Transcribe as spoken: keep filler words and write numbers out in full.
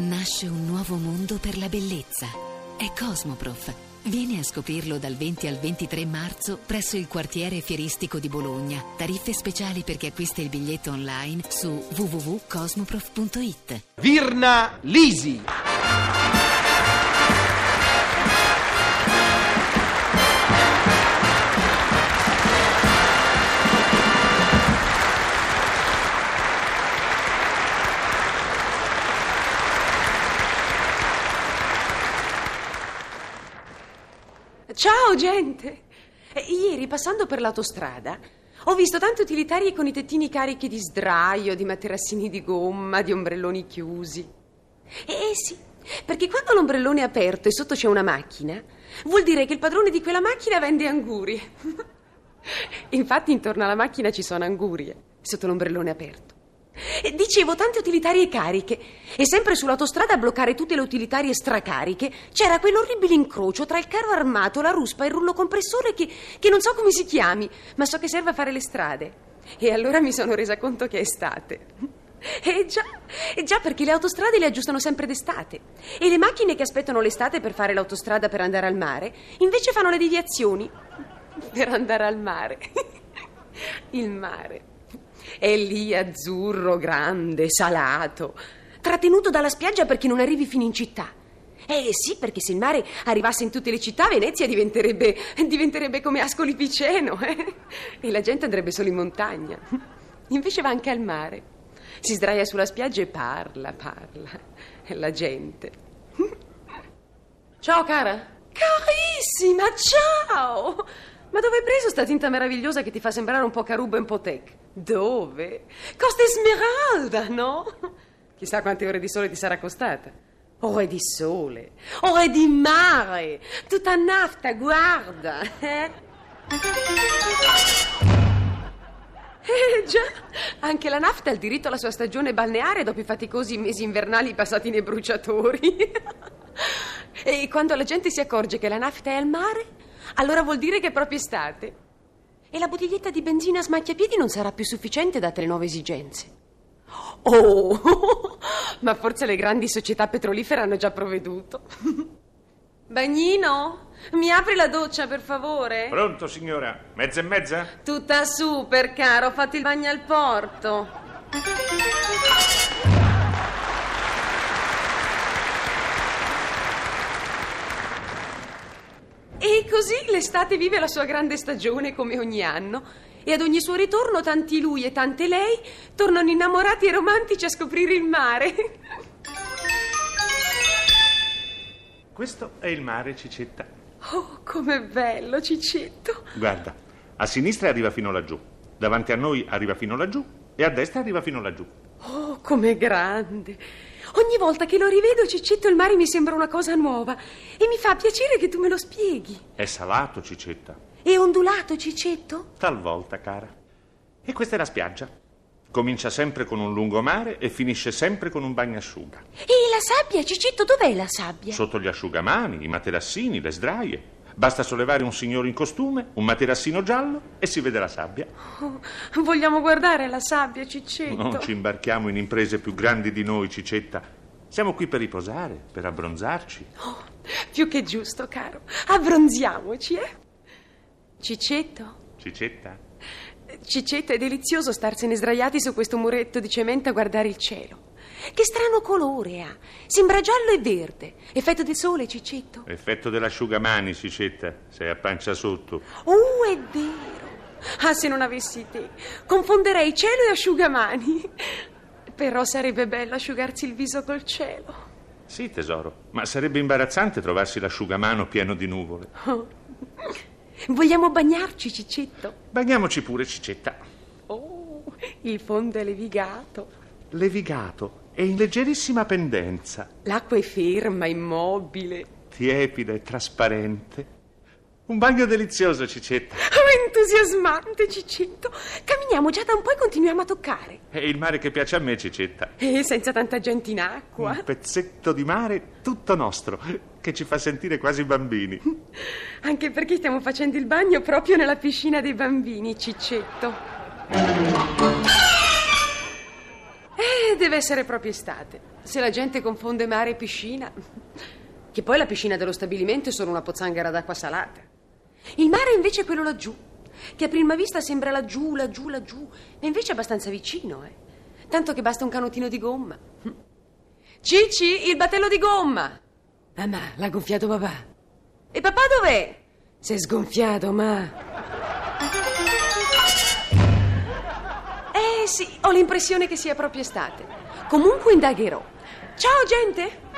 Nasce un nuovo mondo per la bellezza. È Cosmoprof. Vieni a scoprirlo dal venti al ventitré marzo presso il quartiere fieristico di Bologna. Tariffe speciali per chi acquista il biglietto online su w w w punto cosmoprof punto i t. Virna Lisi. Ciao gente! Ieri passando per l'autostrada ho visto tanti utilitari con i tettini carichi di sdraio, di materassini di gomma, di ombrelloni chiusi. E eh sì, perché quando l'ombrellone è aperto e sotto c'è una macchina, vuol dire che il padrone di quella macchina vende angurie. Infatti intorno alla macchina ci sono angurie, sotto l'ombrellone aperto. Dicevo, tante utilitarie cariche, e sempre sull'autostrada a bloccare tutte le utilitarie stracariche c'era quell'orribile incrocio tra il carro armato, la ruspa e il rullo compressore che, che non so come si chiami, ma so che serve a fare le strade. E allora mi sono resa conto che è estate. E già, e già perché le autostrade le aggiustano sempre d'estate, e le macchine che aspettano l'estate per fare l'autostrada per andare al mare invece fanno le deviazioni per andare al mare. Il mare è lì azzurro, grande, salato, trattenuto dalla spiaggia perché non arrivi fino in città. Eh sì, perché se il mare arrivasse in tutte le città, Venezia diventerebbe, diventerebbe come Ascoli Piceno, eh? E la gente andrebbe solo in montagna. Invece va anche al mare, si sdraia sulla spiaggia e parla, parla. E la gente. Ciao cara. Carissima, ciao! Ma dove hai preso sta tinta meravigliosa che ti fa sembrare un po' Caruba e un po' Tech? Dove? Costa Esmeralda, no? Chissà quante ore di sole ti sarà costata. Ore di sole, ore di mare, tutta nafta, guarda. Eh, eh già, anche la nafta ha il diritto alla sua stagione balneare dopo i faticosi mesi invernali passati nei bruciatori. E quando la gente si accorge che la nafta è al mare, allora vuol dire che è proprio estate. E la bottiglietta di benzina a smacchiapiedi non sarà più sufficiente date le nuove esigenze. Oh, ma forse le grandi società petrolifere hanno già provveduto. Bagnino, mi apri la doccia per favore? Pronto signora, mezza e mezza? Tutta super, caro, ho fatto il bagno al porto. E così l'estate vive la sua grande stagione come ogni anno, e ad ogni suo ritorno tanti lui e tante lei tornano innamorati e romantici a scoprire il mare. Questo è il mare, Cicetta. Oh, com'è bello, Cicetto. Guarda, a sinistra arriva fino laggiù, davanti a noi arriva fino laggiù e a destra arriva fino laggiù. Oh, com'è grande. Ogni volta che lo rivedo, Cicetto, il mare mi sembra una cosa nuova e mi fa piacere che tu me lo spieghi. È salato, Cicetta. È ondulato, Cicetto? Talvolta, cara. E questa è la spiaggia. Comincia sempre con un lungomare e finisce sempre con un bagnasciuga. E la sabbia, Cicetto, dov'è la sabbia? Sotto gli asciugamani, i materassini, le sdraie. Basta sollevare un signore in costume, un materassino giallo e si vede la sabbia. Oh, vogliamo guardare la sabbia, Cicetto? Non ci imbarchiamo in imprese più grandi di noi, Cicetta. Siamo qui per riposare, per abbronzarci. Oh, più che giusto, caro. Abbronziamoci, eh? Cicetto? Cicetta? Cicetto, è delizioso starsene sdraiati su questo muretto di cemento a guardare il cielo. Che strano colore ha. Sembra giallo e verde. Effetto del sole, Cicetto? Effetto dell'asciugamani, Cicetta. Sei a pancia sotto. Oh, è vero. Ah, se non avessi te, confonderei cielo e asciugamani. Però sarebbe bello asciugarsi il viso col cielo. Sì, tesoro, ma sarebbe imbarazzante trovarsi l'asciugamano pieno di nuvole. Oh. Vogliamo bagnarci, Cicetto? Bagniamoci pure, Cicetta. Oh, il fondo è levigato. Levigato e in leggerissima pendenza. L'acqua è ferma, immobile, tiepida e trasparente. Un bagno delizioso, Cicetta. Oh, entusiasmante, Cicetto. Camminiamo già da un po' e continuiamo a toccare. È il mare che piace a me, Cicetta. E senza tanta gente in acqua. Un pezzetto di mare tutto nostro, che ci fa sentire quasi bambini. Anche perché stiamo facendo il bagno proprio nella piscina dei bambini, Cicetto. Ed è deve essere proprio estate, se la gente confonde mare e piscina. Che poi la piscina dello stabilimento è solo una pozzanghera d'acqua salata. Il mare invece è quello laggiù, che a prima vista sembra laggiù, laggiù, laggiù, e invece è abbastanza vicino, eh. Tanto che basta un canotino di gomma. Cicci, il battello di gomma! Mamma, l'ha gonfiato papà. E papà dov'è? Si è sgonfiato, ma... Eh sì, ho l'impressione che sia proprio estate. Comunque indagherò. Ciao, gente!